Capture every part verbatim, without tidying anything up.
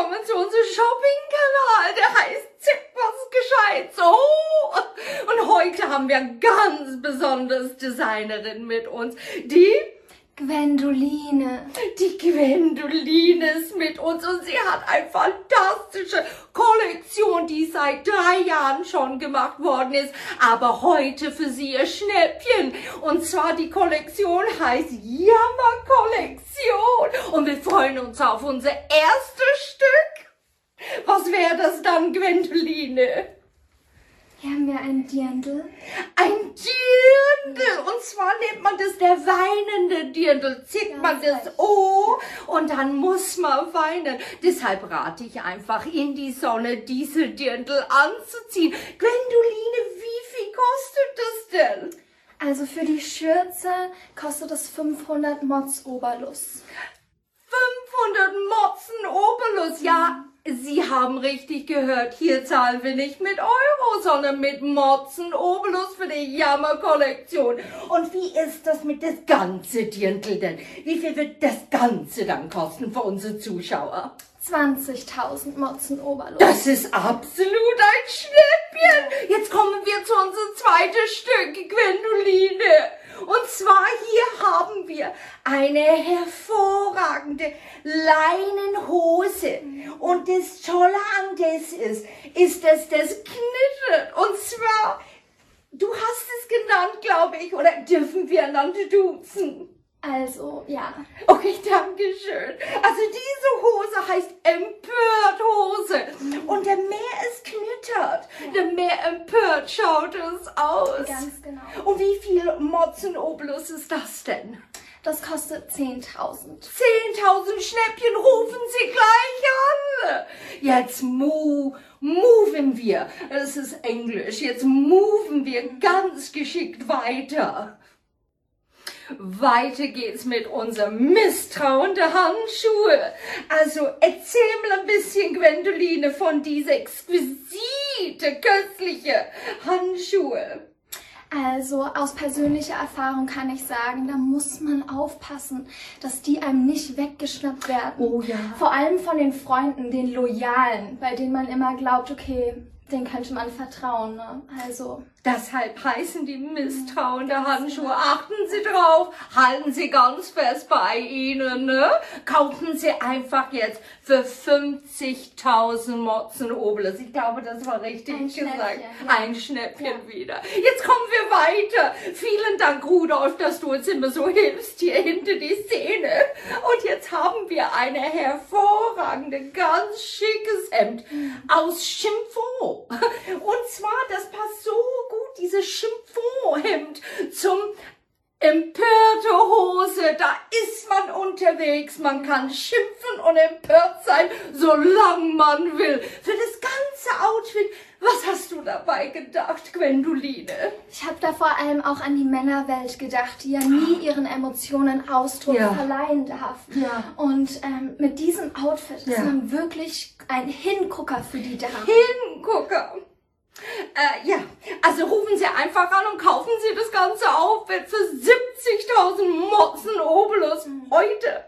willkommen zu unserem Shopping-Kanal. Der heißt Zick was gescheit. So. Und heute haben wir eine ganz besonders Designerin mit uns. Die Gwendoline. Die Gwendoline ist mit uns und sie hat eine fantastische Kollektion, die seit drei Jahren schon gemacht worden ist. Aber heute für sie ihr Schnäppchen. Und zwar die Kollektion heißt Jammer-Kollektion. Und wir freuen uns auf unser erstes Stück. Was wäre das dann, Gwendoline? Hier haben wir ein Dirndl. Ein Dirndl! Und zwar nennt man das der weinende Dirndl. Zieht ja, man das O und dann muss man weinen. Deshalb rate ich einfach, in die Sonne diese Dirndl anzuziehen. Gwendoline, wie viel kostet das denn? Also für die Schürze kostet es fünfhundert Mods Oberlus. fünfhundert Motzen Oberlus, ja. Sie haben richtig gehört, hier zahlen wir nicht mit Euro, sondern mit Motzen Obolus für die Jammer-Kollektion. Und wie ist das mit das ganze Dirndl denn? Wie viel wird das Ganze dann kosten für unsere Zuschauer? zwanzigtausend Motzen Oberlus. Das ist absolut ein Schnäppchen. Jetzt kommen wir zu unserem zweiten Stück, Gwendoline. Und zwar hier haben wir eine hervorragende Leinenhose. Und das Tolle an das ist, ist, dass das knittet. Und zwar, du hast es genannt, glaube ich, oder dürfen wir einander duzen? Also, ja. Okay, danke schön. Also diese Hose heißt Empört-Hose. Und je mehr es knittert, ja, je mehr empört schaut es aus. Ganz genau. Und wie viel Motzen Obolus ist das denn? Das kostet zehntausend. zehntausend Schnäppchen rufen Sie gleich an. Jetzt mu, moven wir. Das ist Englisch. Jetzt moven wir ganz geschickt weiter. Weiter geht's mit unserem misstrauenden Handschuhe. Also erzähl mal ein bisschen, Gwendoline, von dieser exquisite, köstliche Handschuhe. Also aus persönlicher Erfahrung kann ich sagen, da muss man aufpassen, dass die einem nicht weggeschnappt werden. Oh ja. Vor allem von den Freunden, den Loyalen, bei denen man immer glaubt, okay, den könnte man vertrauen, ne? Also. Deshalb heißen die misstrauende Handschuhe. Achten Sie drauf, halten Sie ganz fest bei Ihnen, ne? Kaufen Sie einfach jetzt für fünfzigtausend Motzen Obolus. Ich glaube, das war richtig Ein gesagt. Schnäppchen, ja. Ein Schnäppchen ja. wieder. Jetzt kommen wir weiter. Vielen Dank, Rudolf, dass du uns immer so hilfst hier hinter die Szene. Und jetzt haben wir eine hervorragende, ganz schickes Hemd aus Chiffon. Und zwar, das passt so gut, dieses Chiffon-Hemd zum empörte Hose. Da ist man unterwegs, man kann schimpfen und empört sein, solange man will. Für das ganze Outfit, was hast du dabei gedacht, Gwendoline? Ich habe da vor allem auch an die Männerwelt gedacht, die ja nie ihren Emotionen Ausdruck ja. verleihen darf. Ja. Und ähm, mit diesem Outfit ja. ist man wirklich ein Hingucker für die Damen. Hingucker. Äh, ja, also rufen Sie einfach an und kaufen Sie das ganze Outfit für siebzigtausend Motzen Obolus mhm. heute.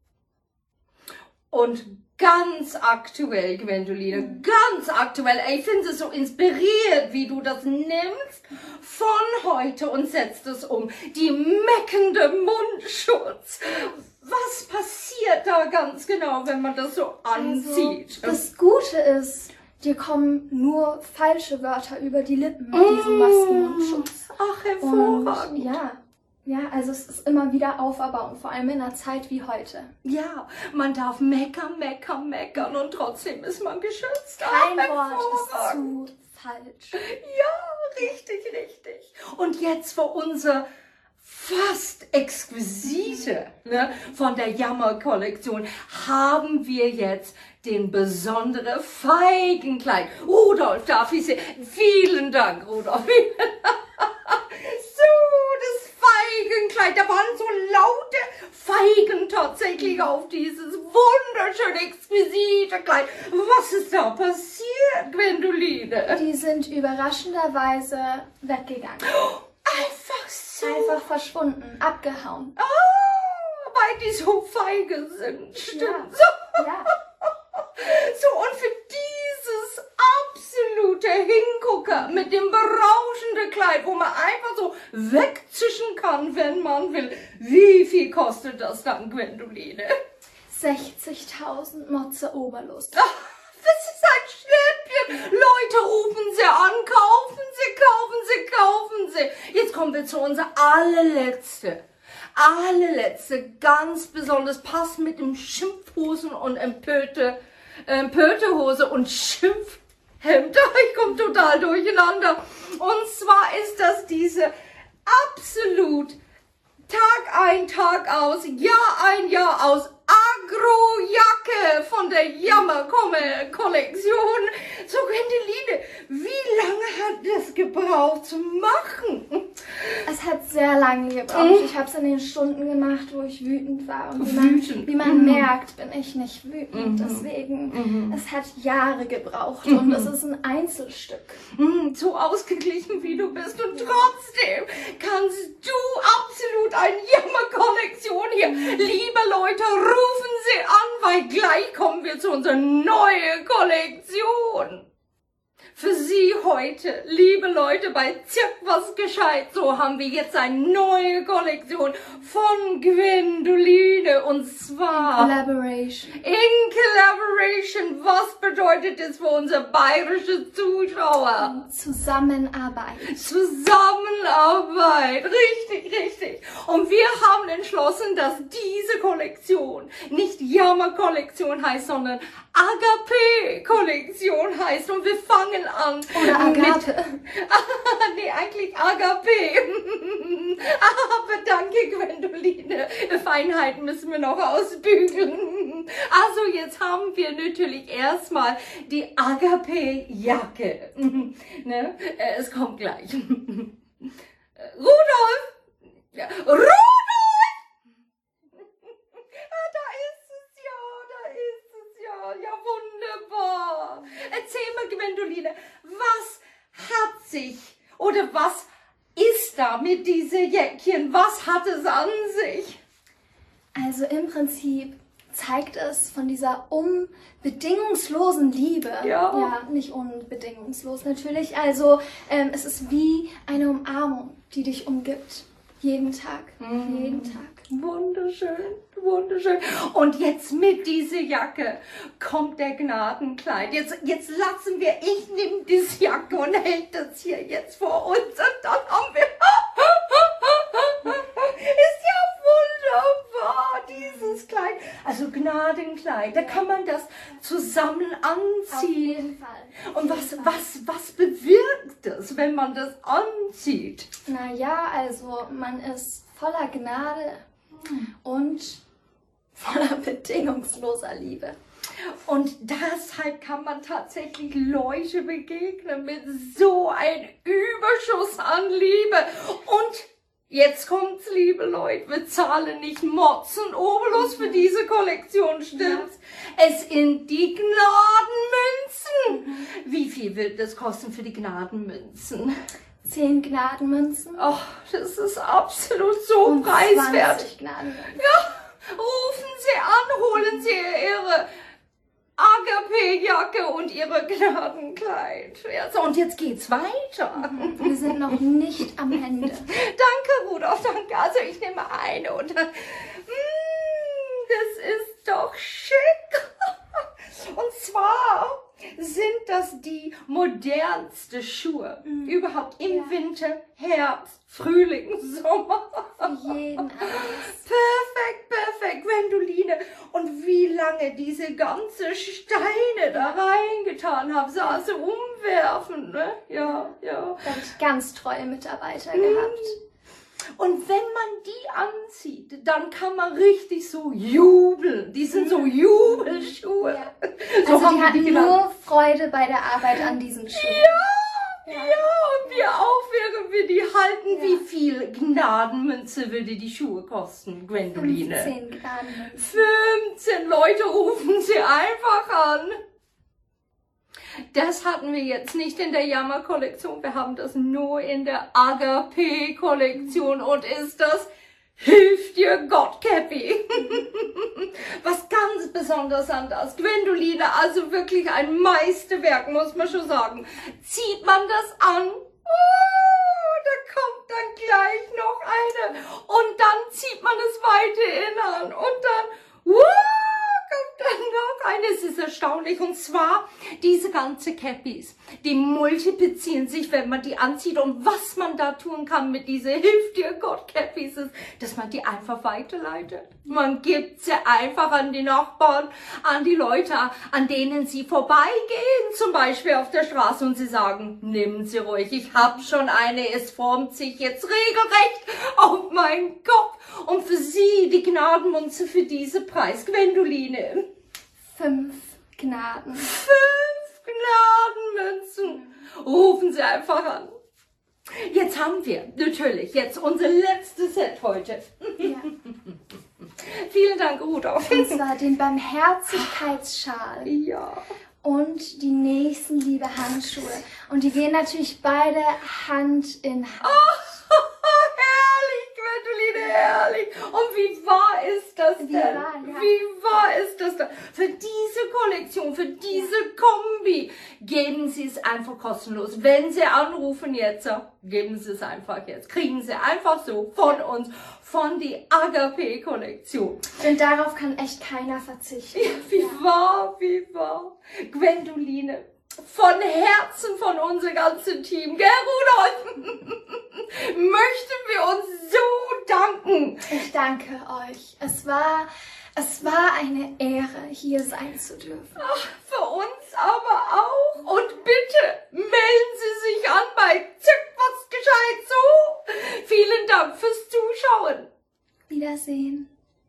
Und ganz aktuell, Gwendoline, mhm. ganz aktuell, ich finde es so inspiriert, wie du das nimmst von heute und setzt es um. Die meckende Mundschutz. Was passiert da ganz genau, wenn man das so anzieht? Also, das Gute ist, dir kommen nur falsche Wörter über die Lippen mit mmh. diesem Maskenmundschutz. Ach, hervorragend. Und ja, ja, also es ist immer wieder auferbauen, vor allem in einer Zeit wie heute. Ja, man darf meckern, meckern, meckern und trotzdem ist man geschützt. Kein Ach, Wort ist zu falsch. Ja, richtig, richtig. Und jetzt für unser fast exquisite, ne, von der Jammer-Kollektion haben wir jetzt den besonderen Feigenkleid. Rudolf, darf ich sehen? Vielen Dank, Rudolf. So, das Feigenkleid. Da waren so laute Feigen tatsächlich auf dieses wunderschöne, exquisite Kleid. Was ist da passiert, Gwendoline? Die sind überraschenderweise weggegangen. Einfach so. Einfach verschwunden, abgehauen. Ah, weil die so feige sind. Stimmt. Ja. Ja. Hingucker mit dem berauschenden Kleid, wo man einfach so wegzischen kann, wenn man will. Wie viel kostet das dann, Gwendoline? sechzigtausend Motze Oberlust. Ach, das ist ein Schnäppchen. Leute, rufen Sie an, kaufen Sie, kaufen Sie, kaufen Sie. Jetzt kommen wir zu unserer allerletzte, allerletzte, ganz besonders Pass mit dem Schimpfhosen und empörte, empörte Hose und Schimpfhemd. Ich komme total durcheinander. Und zwar ist das diese absolut Tag ein, Tag aus, Jahr ein, Jahr aus Agro-Jacke von der Jammer-Kollektion. So, Gwendoline, wie lange hat das gebraucht zu machen? Es hat sehr lange gebraucht. Mhm. Ich habe es in den Stunden gemacht, wo ich wütend war. Und wie Wütend. man, wie man Mhm. merkt, bin ich nicht wütend. Mhm. Deswegen, Mhm. es hat Jahre gebraucht Mhm. und es ist ein Einzelstück. Hm, so ausgeglichen wie du bist und trotzdem kannst du absolut eine Jammer-Kollektion hier. Liebe Leute, rufen Sie an, weil gleich kommen wir zu unserer neuen Kollektion. Für Sie heute, liebe Leute, bei Zirk was gescheit, so haben wir jetzt eine neue Kollektion von Gwendoline und zwar Collaboration. in Collaboration. Was bedeutet das für unsere bayerische Zuschauer? Zusammenarbeit. Zusammenarbeit, richtig, richtig. Und wir haben entschlossen, dass diese Kollektion nicht Jammer-Kollektion heißt, sondern Agape-Kollektion heißt. Und wir fangen an. Oder Agape. Mit, nee, eigentlich Agape. Aber danke, Gwendoline. Feinheiten müssen wir noch ausbügeln. Also jetzt haben wir natürlich erstmal die Agape-Jacke. Ne? Es kommt gleich. Rudolf! Ja, Rudolf! Ah, da ist es ja, da ist es ja. Ja, wunderbar. Erzähl mal, Gwendoline, was hat sich oder was ist da mit diesem Jäckchen? Was hat es an sich? Also im Prinzip zeigt es von dieser unbedingungslosen Liebe. Ja. Ja, nicht unbedingungslos natürlich. Also ähm, es ist wie eine Umarmung, die dich umgibt. Jeden Tag. Mm. Jeden Tag. Wunderschön, wunderschön. Und jetzt mit dieser Jacke kommt der Gnadenkleid. Jetzt, jetzt lassen wir, ich nehme diese Jacke und hält das hier jetzt vor uns und dann haben wir... Ist ja wunderbar, dieses Kleid. Also Gnadenkleid, da kann man das zusammen Auf anziehen. jeden Fall. Und was, was, was bewirkt es, wenn man das anzieht? Naja, also man ist voller Gnade und voller bedingungsloser Liebe. Und deshalb kann man tatsächlich Leute begegnen mit so einem Überschuss an Liebe. Und jetzt kommt's, liebe Leute, wir zahlen nicht Motzen Obolus für diese Kollektion, stimmt's? Ja. Es sind die Gnadenmünzen. Mhm. Wie viel wird das kosten für die Gnadenmünzen? Zehn Gnadenmünzen. Oh, das ist absolut so und preiswert. zwanzig Gnadenmünzen. Ja, rufen Sie an, holen Sie Ihre Agape-Jacke und Ihre Gnadenkleid. Ja, so, und jetzt geht's weiter. Wir sind noch nicht am Ende. Danke, Rudolf, danke. Also ich nehme eine und mm, das ist doch schick. Und zwar sind das die modernste Schuhe mm. überhaupt im ja. Winter, Herbst, Frühling, Sommer. Für jeden alles. Perfekt, perfekt, Gwendoline. Und wie lange diese ganzen Steine da reingetan haben, saß sie umwerfen, ne? Ja, ja. Da habe ich ganz treue Mitarbeiter mm. gehabt. Und wenn man die anzieht, dann kann man richtig so jubeln. Die sind so Jubelschuhe. Ja. So also haben die hatten die nur Freude bei der Arbeit an diesen Schuhen. Ja, ja, ja, und wir auch, während wir die halten. Ja. Wie viel Gnadenmünze würde die Schuhe kosten, Gwendoline? fünfzehn Gnadenmünzen. fünfzehn Leute, rufen sie einfach an. Das hatten wir jetzt nicht in der Jammer-Kollektion, wir haben das nur in der Agape-Kollektion. Und ist das, hilft dir Gott, Käppi. Was ganz besonders an das. Gwendoline, also wirklich ein Meisterwerk, muss man schon sagen. Zieht man das an, oh, da kommt dann gleich noch eine. Und dann zieht man es weiter an. Und dann, wow, kommt dann noch eine. Es ist erstaunlich. Und zwar diese ganze Cappies, die multiplizieren sich, wenn man die anzieht. Und was man da tun kann mit diese Hilf dir Gott Cappies ist, dass man die einfach weiterleitet. Man gibt sie einfach an die Nachbarn, an die Leute, an denen sie vorbeigehen, zum Beispiel auf der Straße, und sie sagen, nehmen Sie ruhig, ich habe schon eine, es formt sich jetzt regelrecht auf meinen Kopf. Und für Sie die Gnadenmünze für diese Preis, Gwendoline. Fünf Gnaden. Fünf Gnadenmünzen. Rufen Sie einfach an. Jetzt haben wir natürlich jetzt unser letztes Set heute. Ja. Vielen Dank, Rudolf. Und zwar den Barmherzigkeitsschal. Ja. Und die Nächstenliebe Handschuhe. Und die gehen natürlich beide Hand in Hand. Oh, herrlich, Gwendoline, herrlich. Und wie wahr ist das denn? Wie wahr, ja. Wie wahr ist das denn? Für diese Kollektion, für diese Kombi, geben Sie es einfach kostenlos. Wenn Sie anrufen jetzt, geben Sie es einfach jetzt. Kriegen Sie einfach so von uns, von die Agape-Kollektion. Denn darauf kann echt keiner verzichten. Ja, wie wahr, wie wahr. Gwendoline, von Herzen von unserem ganzen Team, gell, Rudolf, möchten wir uns so danken. Ich danke euch. Es war, es war eine Ehre, hier sein zu dürfen. Ach, für uns aber auch. Und bitte melden Sie sich an bei Zück was gescheit so. Vielen Dank fürs Zuschauen. Wiedersehen.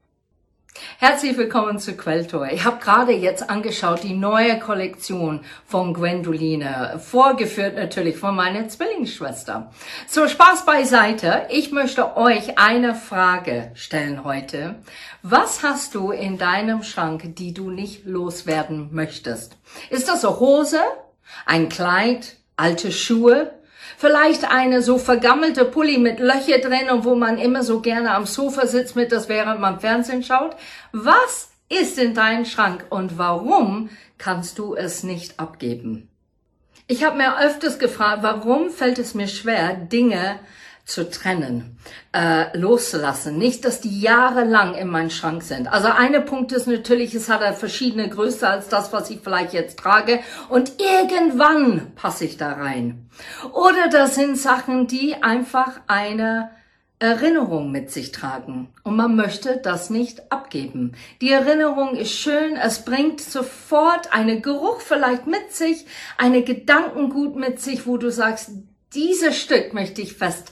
Herzlich willkommen zu Quelltor. Ich habe gerade jetzt angeschaut die neue Kollektion von Gwendoline, vorgeführt natürlich von meiner Zwillingsschwester. So, Spaß beiseite. Ich möchte euch eine Frage stellen heute. Was hast du in deinem Schrank, die du nicht loswerden möchtest? Ist das eine Hose, ein Kleid, alte Schuhe? Vielleicht eine so vergammelte Pulli mit Löcher drin und wo man immer so gerne am Sofa sitzt mit das, während man Fernsehen schaut. Was ist in deinem Schrank und warum kannst du es nicht abgeben? Ich habe mir öfters gefragt, warum fällt es mir schwer, Dinge zu trennen, äh, loszulassen. Nicht, dass die jahrelang in meinem Schrank sind. Also eine Punkt ist natürlich, es hat eine verschiedene Größe als das, was ich vielleicht jetzt trage. Und irgendwann passe ich da rein. Oder das sind Sachen, die einfach eine Erinnerung mit sich tragen. Und man möchte das nicht abgeben. Die Erinnerung ist schön, es bringt sofort einen Geruch vielleicht mit sich, eine Gedankengut mit sich, wo du sagst, dieses Stück möchte ich festhalten.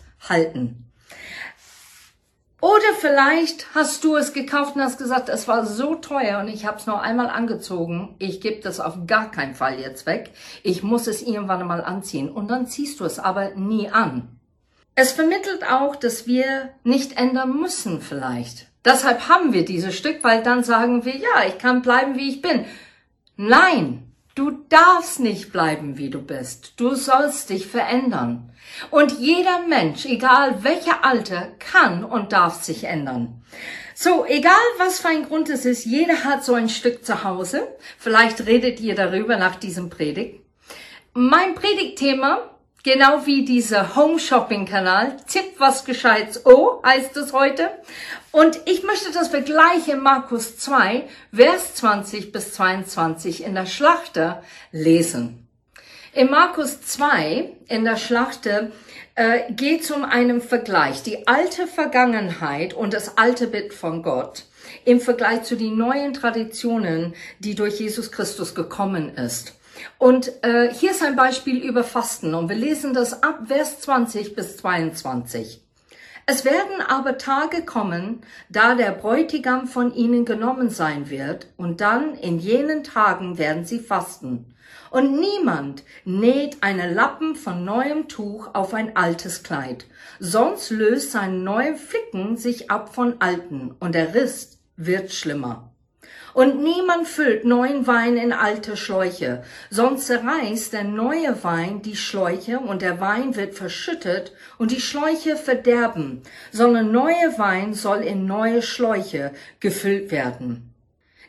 Oder vielleicht hast du es gekauft und hast gesagt, es war so teuer und ich habe es nur einmal angezogen. Ich gebe das auf gar keinen Fall jetzt weg. Ich muss es irgendwann mal anziehen. Und dann ziehst du es aber nie an. Es vermittelt auch, dass wir nicht ändern müssen vielleicht. Deshalb haben wir dieses Stück, weil dann sagen wir, ja, ich kann bleiben, wie ich bin. Nein, du darfst nicht bleiben, wie du bist. Du sollst dich verändern. Und jeder Mensch, egal welcher Alter, kann und darf sich ändern. So, egal was für ein Grund es ist, jeder hat so ein Stück zu Hause. Vielleicht redet ihr darüber nach diesem Predigt. Mein Predigtthema, genau wie dieser Home-Shopping-Kanal, Tipp was Gescheites O, heißt es heute. Und ich möchte das vergleiche Markus zwei, Vers zwanzig bis zweiundzwanzig in der Schlachter lesen. In Markus zwei, in der Schlachter, äh, geht es um einen Vergleich. Die alte Vergangenheit und das alte Bild von Gott im Vergleich zu den neuen Traditionen, die durch Jesus Christus gekommen ist. Und äh, hier ist ein Beispiel über Fasten und wir lesen das ab Vers zwanzig bis zweiundzwanzig. Es werden aber Tage kommen, da der Bräutigam von ihnen genommen sein wird, und dann in jenen Tagen werden sie fasten. Und niemand näht einen Lappen von neuem Tuch auf ein altes Kleid, sonst löst sein neuer Flicken sich ab von alten, und der Riss wird schlimmer. Und niemand füllt neuen Wein in alte Schläuche, sonst zerreißt der neue Wein die Schläuche und der Wein wird verschüttet und die Schläuche verderben, sondern neuer Wein soll in neue Schläuche gefüllt werden.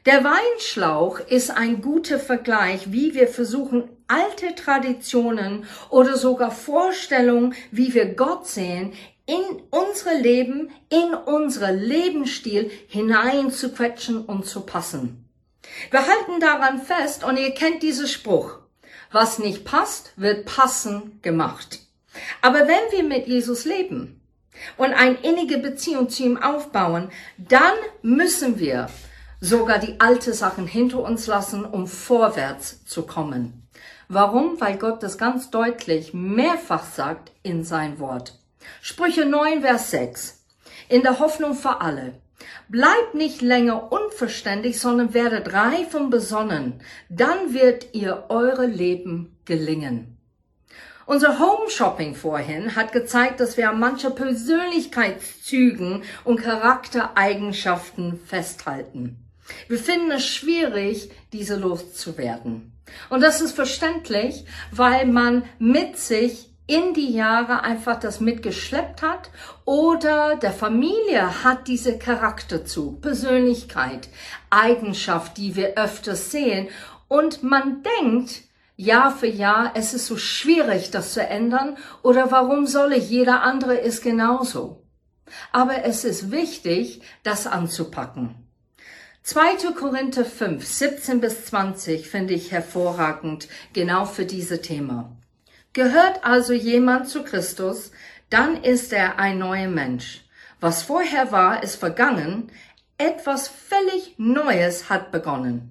Der Weinschlauch ist ein guter Vergleich, wie wir versuchen, alte Traditionen oder sogar Vorstellungen, wie wir Gott sehen, in unsere Leben, in unsere Lebensstil hineinzuquetschen und zu passen. Wir halten daran fest und ihr kennt diesen Spruch: Was nicht passt, wird passend gemacht. Aber wenn wir mit Jesus leben und eine innige Beziehung zu ihm aufbauen, dann müssen wir sogar die alten Sachen hinter uns lassen, um vorwärts zu kommen. Warum? Weil Gott das ganz deutlich mehrfach sagt in sein Wort. Sprüche neun, Vers sechs. In der Hoffnung für alle. Bleibt nicht länger unverständig, sondern werdet reif und besonnen. Dann wird ihr eure Leben gelingen. Unser Home-Shopping vorhin hat gezeigt, dass wir an mancher Persönlichkeitszügen und Charaktereigenschaften festhalten. Wir finden es schwierig, diese loszuwerden. Und das ist verständlich, weil man mit sich in die Jahre einfach das mitgeschleppt hat oder der Familie hat diese Charakterzug, Persönlichkeit, Eigenschaft, die wir öfters sehen. Und man denkt, Jahr für Jahr, es ist so schwierig, das zu ändern, oder warum soll ich? Jeder andere ist genauso. Aber es ist wichtig, das anzupacken. zweiter Korinther fünf, siebzehn bis zwanzig finde ich hervorragend, genau für dieses Thema. Gehört also jemand zu Christus, dann ist er ein neuer Mensch. Was vorher war, ist vergangen, etwas völlig Neues hat begonnen.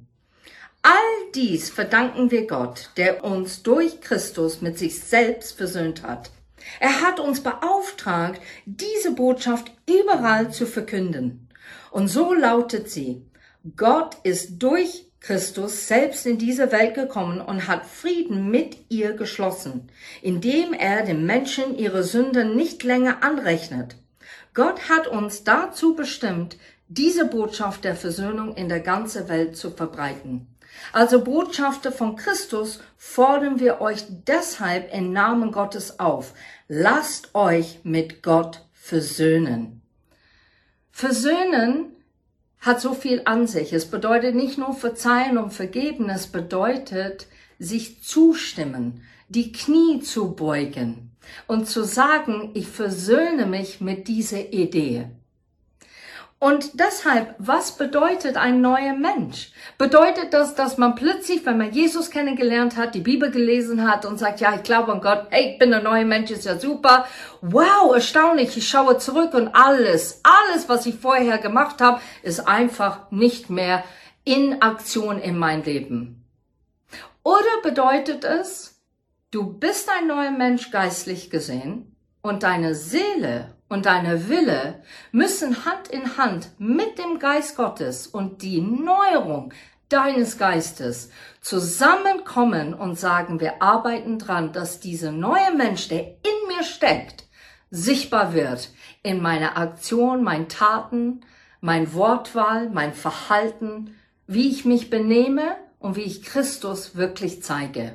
All dies verdanken wir Gott, der uns durch Christus mit sich selbst versöhnt hat. Er hat uns beauftragt, diese Botschaft überall zu verkünden. Und so lautet sie: Gott ist durch Christus selbst in diese Welt gekommen und hat Frieden mit ihr geschlossen, indem er den Menschen ihre Sünden nicht länger anrechnet. Gott hat uns dazu bestimmt, diese Botschaft der Versöhnung in der ganzen Welt zu verbreiten. Also Botschafter von Christus fordern wir euch deshalb im Namen Gottes auf. Lasst euch mit Gott versöhnen. Versöhnen hat so viel an sich. Es bedeutet nicht nur verzeihen und vergeben, es bedeutet sich zustimmen, die Knie zu beugen und zu sagen, ich versöhne mich mit dieser Idee. Und deshalb, was bedeutet ein neuer Mensch? Bedeutet das, dass man plötzlich, wenn man Jesus kennengelernt hat, die Bibel gelesen hat und sagt, ja, ich glaube an Gott, hey, ich bin ein neuer Mensch, ist ja super. Wow, erstaunlich, ich schaue zurück und alles, alles, was ich vorher gemacht habe, ist einfach nicht mehr in Aktion in mein Leben. Oder bedeutet es, du bist ein neuer Mensch geistlich gesehen und deine Seele und deine Wille müssen Hand in Hand mit dem Geist Gottes und die Neuerung deines Geistes zusammenkommen und sagen, wir arbeiten dran, dass dieser neue Mensch, der in mir steckt, sichtbar wird in meiner Aktion, meinen Taten, mein Wortwahl, mein Verhalten, wie ich mich benehme und wie ich Christus wirklich zeige.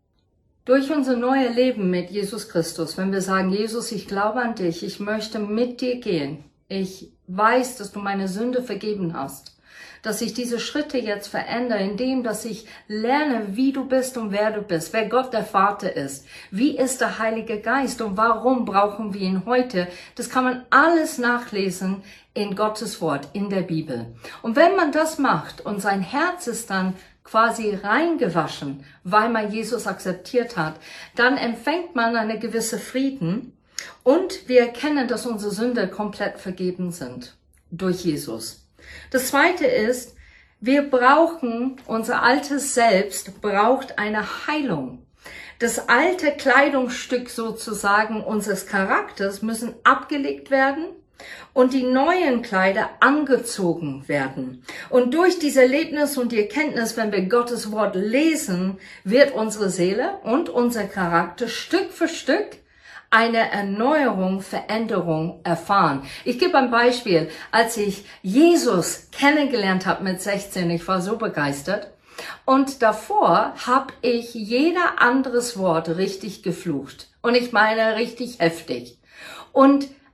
Durch unser neues Leben mit Jesus Christus, wenn wir sagen, Jesus, ich glaube an dich, ich möchte mit dir gehen, ich weiß, dass du meine Sünde vergeben hast, dass ich diese Schritte jetzt verändere, indem, dass ich lerne, wie du bist und wer du bist, wer Gott der Vater ist, wie ist der Heilige Geist und warum brauchen wir ihn heute, das kann man alles nachlesen in Gottes Wort, in der Bibel. Und wenn man das macht und sein Herz ist dann quasi reingewaschen, weil man Jesus akzeptiert hat, dann empfängt man eine gewisse Frieden und wir erkennen, dass unsere Sünde komplett vergeben sind durch Jesus. Das Zweite ist, wir brauchen, unser altes Selbst braucht eine Heilung. Das alte Kleidungsstück sozusagen unseres Charakters müssen abgelegt werden und die neuen Kleider angezogen werden. Und durch diese Erlebnis und die Erkenntnis, wenn wir Gottes Wort lesen, wird unsere Seele und unser Charakter Stück für Stück eine Erneuerung, Veränderung erfahren. Ich gebe ein Beispiel. Als ich Jesus kennengelernt habe mit sechzehn, ich war so begeistert. Und davor habe ich jeder anderes Wort richtig geflucht. Und ich meine richtig heftig. Und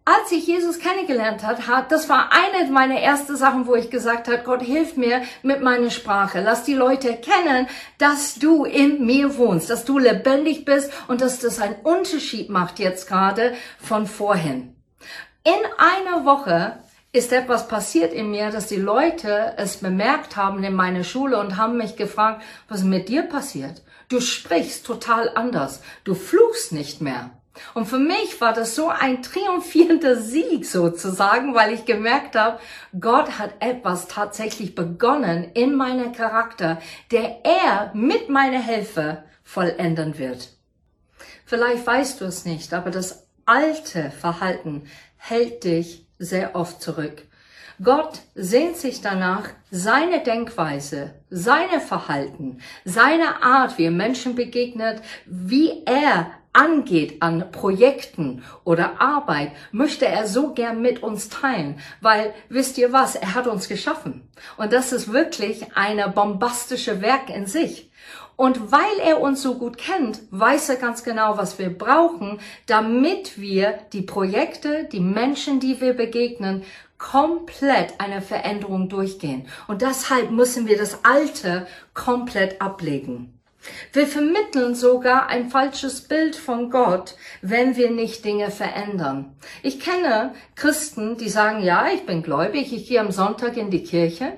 als ich Jesus kennengelernt hat, das war eine meiner ersten Sachen, wo ich gesagt habe, Gott, hilf mir mit meiner Sprache. Lass die Leute erkennen, dass du in mir wohnst, dass du lebendig bist und dass das einen Unterschied macht jetzt gerade von vorhin. In einer Woche ist etwas passiert in mir, dass die Leute es bemerkt haben in meiner Schule und haben mich gefragt, was ist mit dir passiert? Du sprichst total anders. Du fluchst nicht mehr. Und für mich war das so ein triumphierender Sieg sozusagen, weil ich gemerkt habe, Gott hat etwas tatsächlich begonnen in meinem Charakter, der er mit meiner Hilfe vollenden wird. Vielleicht weißt du es nicht, aber das alte Verhalten hält dich sehr oft zurück. Gott sehnt sich danach, seine Denkweise, seine Verhalten, seine Art, wie er Menschen begegnet, wie er angeht an Projekten oder Arbeit, möchte er so gern mit uns teilen, weil, wisst ihr was, er hat uns geschaffen. Und das ist wirklich eine bombastische Werk in sich. Und weil er uns so gut kennt, weiß er ganz genau, was wir brauchen, damit wir die Projekte, die Menschen, die wir begegnen, komplett eine Veränderung durchgehen. Und deshalb müssen wir das Alte komplett ablegen. Wir vermitteln sogar ein falsches Bild von Gott, wenn wir nicht Dinge verändern. Ich kenne Christen, die sagen, ja, ich bin gläubig, ich gehe am Sonntag in die Kirche.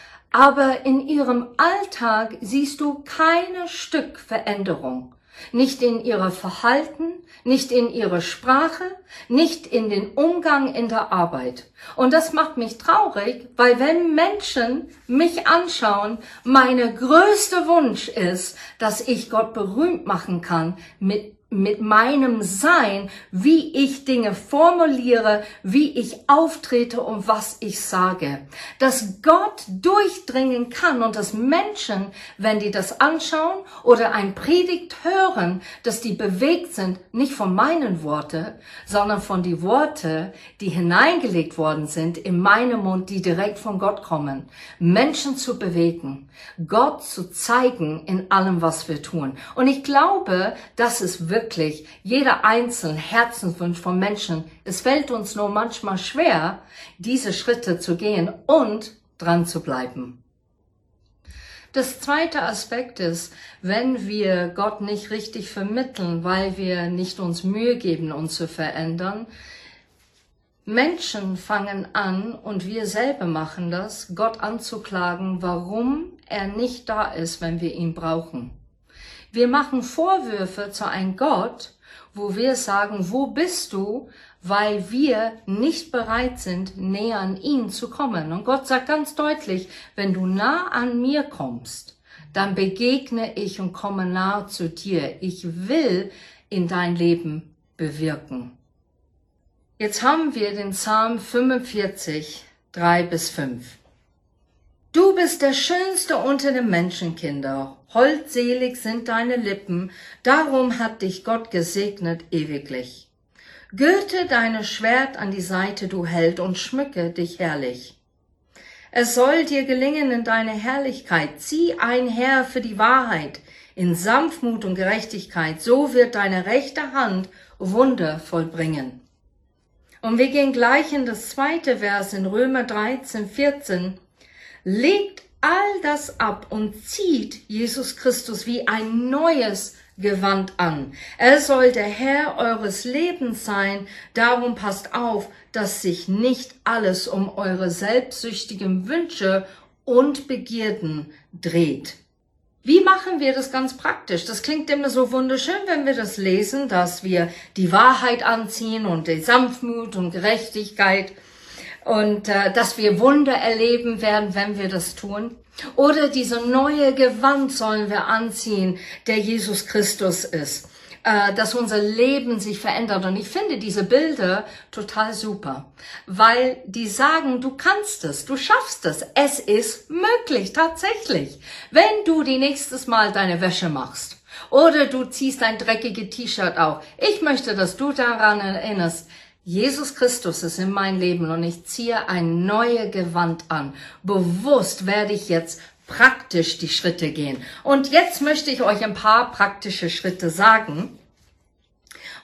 Aber in ihrem Alltag siehst du keine Stück Veränderung. Nicht in ihrer Verhalten, nicht in ihrer Sprache, nicht in den Umgang in der Arbeit. Und das macht mich traurig, weil wenn Menschen mich anschauen, meine größte Wunsch ist, dass ich Gott berühmt machen kann mit mit meinem Sein, wie ich Dinge formuliere, wie ich auftrete und was ich sage. Dass Gott durchdringen kann und dass Menschen, wenn die das anschauen oder ein Predigt hören, dass die bewegt sind, nicht von meinen Worten, sondern von die Worte, die hineingelegt worden sind in meinem Mund, die direkt von Gott kommen. Menschen zu bewegen, Gott zu zeigen in allem, was wir tun. Und ich glaube, das ist wirklich Wirklich jeder einzelne Herzenswunsch von Menschen. Es fällt uns nur manchmal schwer, diese Schritte zu gehen und dran zu bleiben. Das zweite Aspekt ist, wenn wir Gott nicht richtig vermitteln, weil wir nicht uns Mühe geben, uns zu verändern, Menschen fangen an, und wir selber machen das, Gott anzuklagen, warum er nicht da ist, wenn wir ihn brauchen. Wir machen Vorwürfe zu einem Gott, wo wir sagen, wo bist du, weil wir nicht bereit sind, näher an ihn zu kommen. Und Gott sagt ganz deutlich, wenn du nah an mir kommst, dann begegne ich und komme nahe zu dir. Ich will in dein Leben bewirken. Jetzt haben wir den Psalm fünfundvierzig, drei bis fünf. Du bist der Schönste unter den Menschenkinder, holdselig sind deine Lippen, darum hat dich Gott gesegnet ewiglich. Gürte deine Schwert an die Seite, du Held, und schmücke dich herrlich. Es soll dir gelingen in deiner Herrlichkeit, zieh einher für die Wahrheit, in Sanftmut und Gerechtigkeit, so wird deine rechte Hand Wunder vollbringen. Und wir gehen gleich in das zweite Vers in Römer dreizehn, vierzehn. Legt all das ab und zieht Jesus Christus wie ein neues Gewand an. Er soll der Herr eures Lebens sein, darum passt auf, dass sich nicht alles um eure selbstsüchtigen Wünsche und Begierden dreht. Wie machen wir das ganz praktisch? Das klingt immer so wunderschön, wenn wir das lesen, dass wir die Wahrheit anziehen und die Sanftmut und Gerechtigkeit. Und äh, dass wir Wunder erleben werden, wenn wir das tun. Oder diese neue Gewand sollen wir anziehen, der Jesus Christus ist. Äh, dass unser Leben sich verändert. Und ich finde diese Bilder total super. Weil die sagen, du kannst es, du schaffst es. Es ist möglich, tatsächlich. Wenn du die nächstes Mal deine Wäsche machst. Oder du ziehst ein dreckiges T-Shirt auf. Ich möchte, dass du daran erinnerst, Jesus Christus ist in mein Leben und ich ziehe ein neues Gewand an. Bewusst werde ich jetzt praktisch die Schritte gehen. Und jetzt möchte ich euch ein paar praktische Schritte sagen.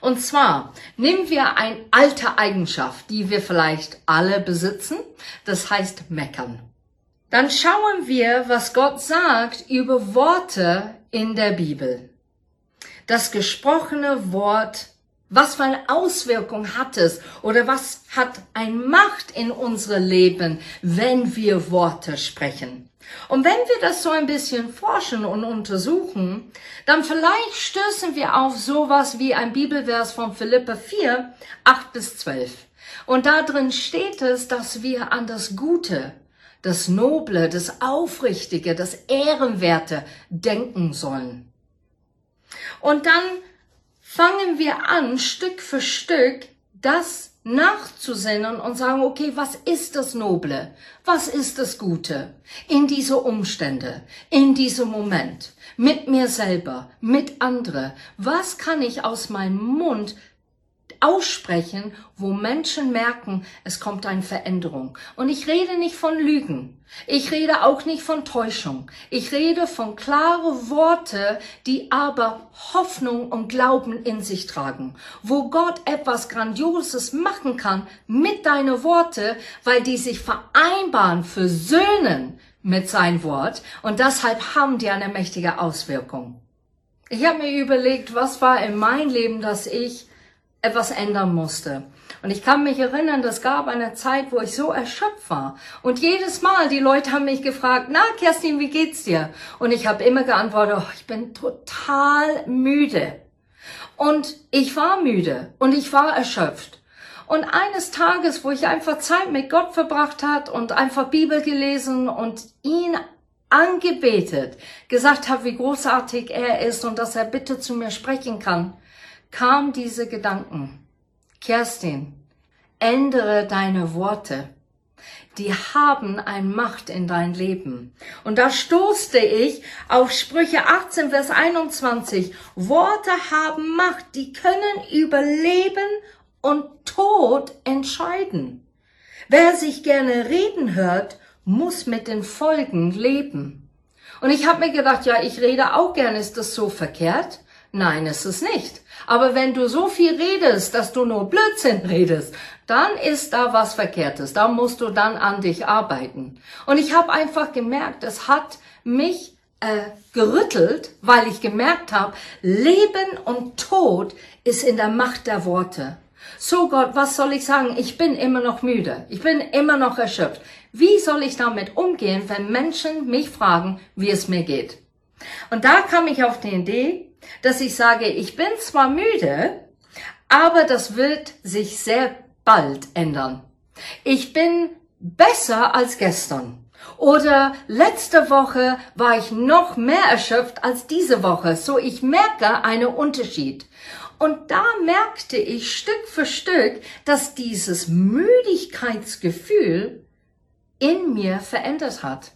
Und zwar nehmen wir eine alte Eigenschaft, die wir vielleicht alle besitzen, das heißt meckern. Dann schauen wir, was Gott sagt über Worte in der Bibel. Das gesprochene Wort, was für eine Auswirkung hat es oder was hat eine Macht in unserem Leben, wenn wir Worte sprechen? Und wenn wir das so ein bisschen forschen und untersuchen, dann vielleicht stößen wir auf sowas wie ein Bibelvers von Philipper vier, acht bis zwölf. Und da drin steht es, dass wir an das Gute, das Noble, das Aufrichtige, das Ehrenwerte denken sollen. Und dann fangen wir an, Stück für Stück, das nachzusinnen und sagen, okay, was ist das Noble? Was ist das Gute? In diese Umstände, in diesem Moment, mit mir selber, mit anderen. Was kann ich aus meinem Mund aussprechen, wo Menschen merken, es kommt eine Veränderung? Und ich rede nicht von Lügen. Ich rede auch nicht von Täuschung. Ich rede von klare Worte, die aber Hoffnung und Glauben in sich tragen. Wo Gott etwas Grandioses machen kann mit deinen Worte, weil die sich vereinbaren, versöhnen mit sein Wort. Und deshalb haben die eine mächtige Auswirkung. Ich habe mir überlegt, was war in meinem Leben, dass ich etwas ändern musste. Und ich kann mich erinnern, das gab eine Zeit, wo ich so erschöpft war. Und jedes Mal, die Leute haben mich gefragt, na Kerstin, wie geht's dir? Und ich habe immer geantwortet, oh, ich bin total müde. Und ich war müde und ich war erschöpft. Und eines Tages, wo ich einfach Zeit mit Gott verbracht hat und einfach Bibel gelesen und ihn angebetet, gesagt habe, wie großartig er ist und dass er bitte zu mir sprechen kann, kam diese Gedanken. Kerstin, ändere deine Worte. Die haben eine Macht in dein Leben. Und da stoßte ich auf Sprüche achtzehn, Vers einundzwanzig. Worte haben Macht, die können über Leben und Tod entscheiden. Wer sich gerne reden hört, muss mit den Folgen leben. Und ich habe mir gedacht, ja, ich rede auch gerne, ist das so verkehrt? Nein, ist es nicht. Aber wenn du so viel redest, dass du nur Blödsinn redest, dann ist da was Verkehrtes. Da musst du dann an dich arbeiten. Und ich habe einfach gemerkt, es hat mich äh, gerüttelt, weil ich gemerkt habe, Leben und Tod ist in der Macht der Worte. So Gott, was soll ich sagen? Ich bin immer noch müde. Ich bin immer noch erschöpft. Wie soll ich damit umgehen, wenn Menschen mich fragen, wie es mir geht? Und da kam ich auf die Idee, dass ich sage, ich bin zwar müde, aber das wird sich sehr bald ändern. Ich bin besser als gestern. Oder letzte Woche war ich noch mehr erschöpft als diese Woche. So ich merke einen Unterschied. Und da merkte ich Stück für Stück, dass dieses Müdigkeitsgefühl in mir verändert hat.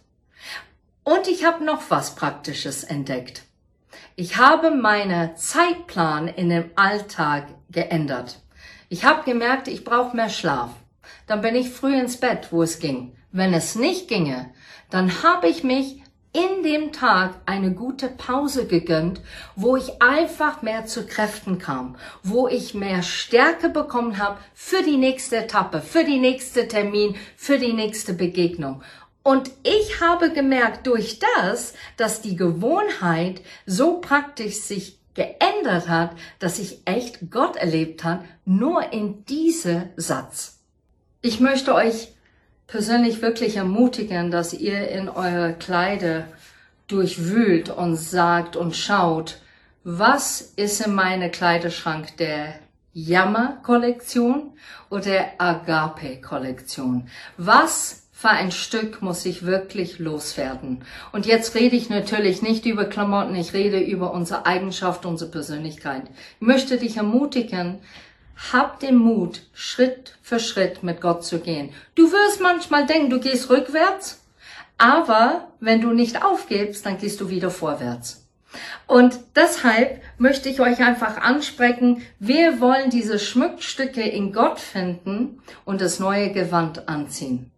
Und ich habe noch was Praktisches entdeckt. Ich habe meinen Zeitplan in dem Alltag geändert. Ich habe gemerkt, ich brauche mehr Schlaf. Dann bin ich früh ins Bett, wo es ging. Wenn es nicht ginge, dann habe ich mich in dem Tag eine gute Pause gegönnt, wo ich einfach mehr zu Kräften kam, wo ich mehr Stärke bekommen habe für die nächste Etappe, für die nächste Termin, für die nächste Begegnung. Und ich habe gemerkt durch das, dass die Gewohnheit so praktisch sich geändert hat, dass ich echt Gott erlebt habe, nur in diesem Satz. Ich möchte euch persönlich wirklich ermutigen, dass ihr in eure Kleider durchwühlt und sagt und schaut, was ist in meinem Kleiderschrank der Jammer-Kollektion oder der Agape-Kollektion? Was für ein Stück muss ich wirklich loswerden? Und jetzt rede ich natürlich nicht über Klamotten, ich rede über unsere Eigenschaft, unsere Persönlichkeit. Ich möchte dich ermutigen, hab den Mut, Schritt für Schritt mit Gott zu gehen. Du wirst manchmal denken, du gehst rückwärts, aber wenn du nicht aufgibst, dann gehst du wieder vorwärts. Und deshalb möchte ich euch einfach ansprechen, wir wollen diese Schmuckstücke in Gott finden und das neue Gewand anziehen.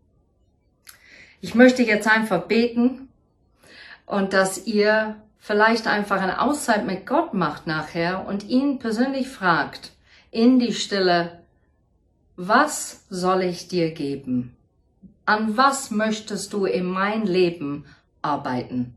Ich möchte jetzt einfach beten und dass ihr vielleicht einfach eine Auszeit mit Gott macht nachher und ihn persönlich fragt, in die Stille, was soll ich dir geben? An was möchtest du in mein Leben arbeiten?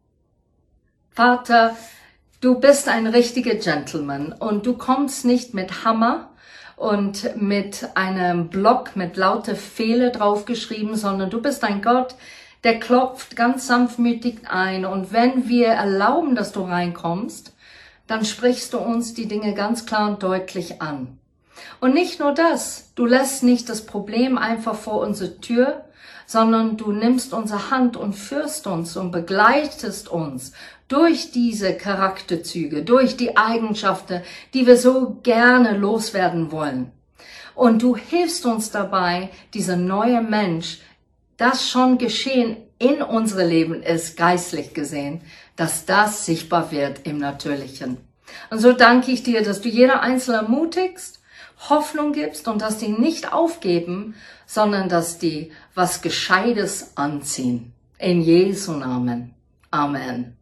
Vater, du bist ein richtiger Gentleman und du kommst nicht mit Hammer und mit einem Block mit lauter Fehler draufgeschrieben, sondern du bist ein Gott, der klopft ganz sanftmütig ein. Und wenn wir erlauben, dass du reinkommst, dann sprichst du uns die Dinge ganz klar und deutlich an. Und nicht nur das, du lässt nicht das Problem einfach vor unsere Tür, sondern du nimmst unsere Hand und führst uns und begleitest uns durch diese Charakterzüge, durch die Eigenschaften, die wir so gerne loswerden wollen. Und du hilfst uns dabei, dieser neue Mensch, das schon geschehen in unserem Leben ist, geistlich gesehen, dass das sichtbar wird im Natürlichen. Und so danke ich dir, dass du jeder Einzelne ermutigst, Hoffnung gibst und dass die nicht aufgeben, sondern dass die was Gescheites anziehen. In Jesu Namen. Amen.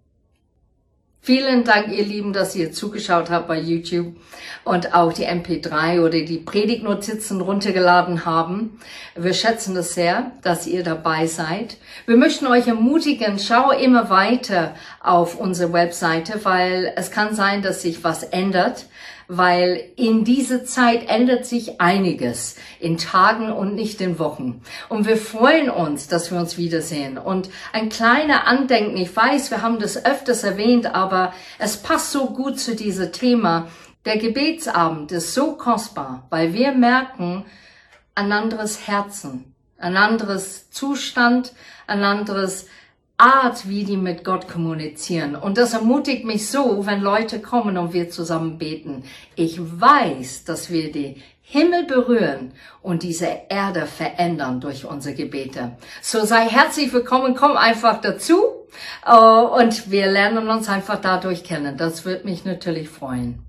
Vielen Dank, ihr Lieben, dass ihr zugeschaut habt bei YouTube und auch die M P drei oder die Predigtnotizen runtergeladen haben. Wir schätzen das sehr, dass ihr dabei seid. Wir möchten euch ermutigen, schau immer weiter auf unsere Webseite, weil es kann sein, dass sich was ändert, weil in dieser Zeit ändert sich einiges in Tagen und nicht in Wochen. Und wir freuen uns, dass wir uns wiedersehen. Und ein kleiner Andenken, ich weiß, wir haben das öfters erwähnt, aber es passt so gut zu diesem Thema. Der Gebetsabend ist so kostbar, weil wir merken ein anderes Herzen, ein anderes Zustand, ein anderes Art, wie die mit Gott kommunizieren. Und das ermutigt mich so, wenn Leute kommen und wir zusammen beten. Ich weiß, dass wir die Himmel berühren und diese Erde verändern durch unsere Gebete. So sei herzlich willkommen, komm einfach dazu und wir lernen uns einfach dadurch kennen. Das wird mich natürlich freuen.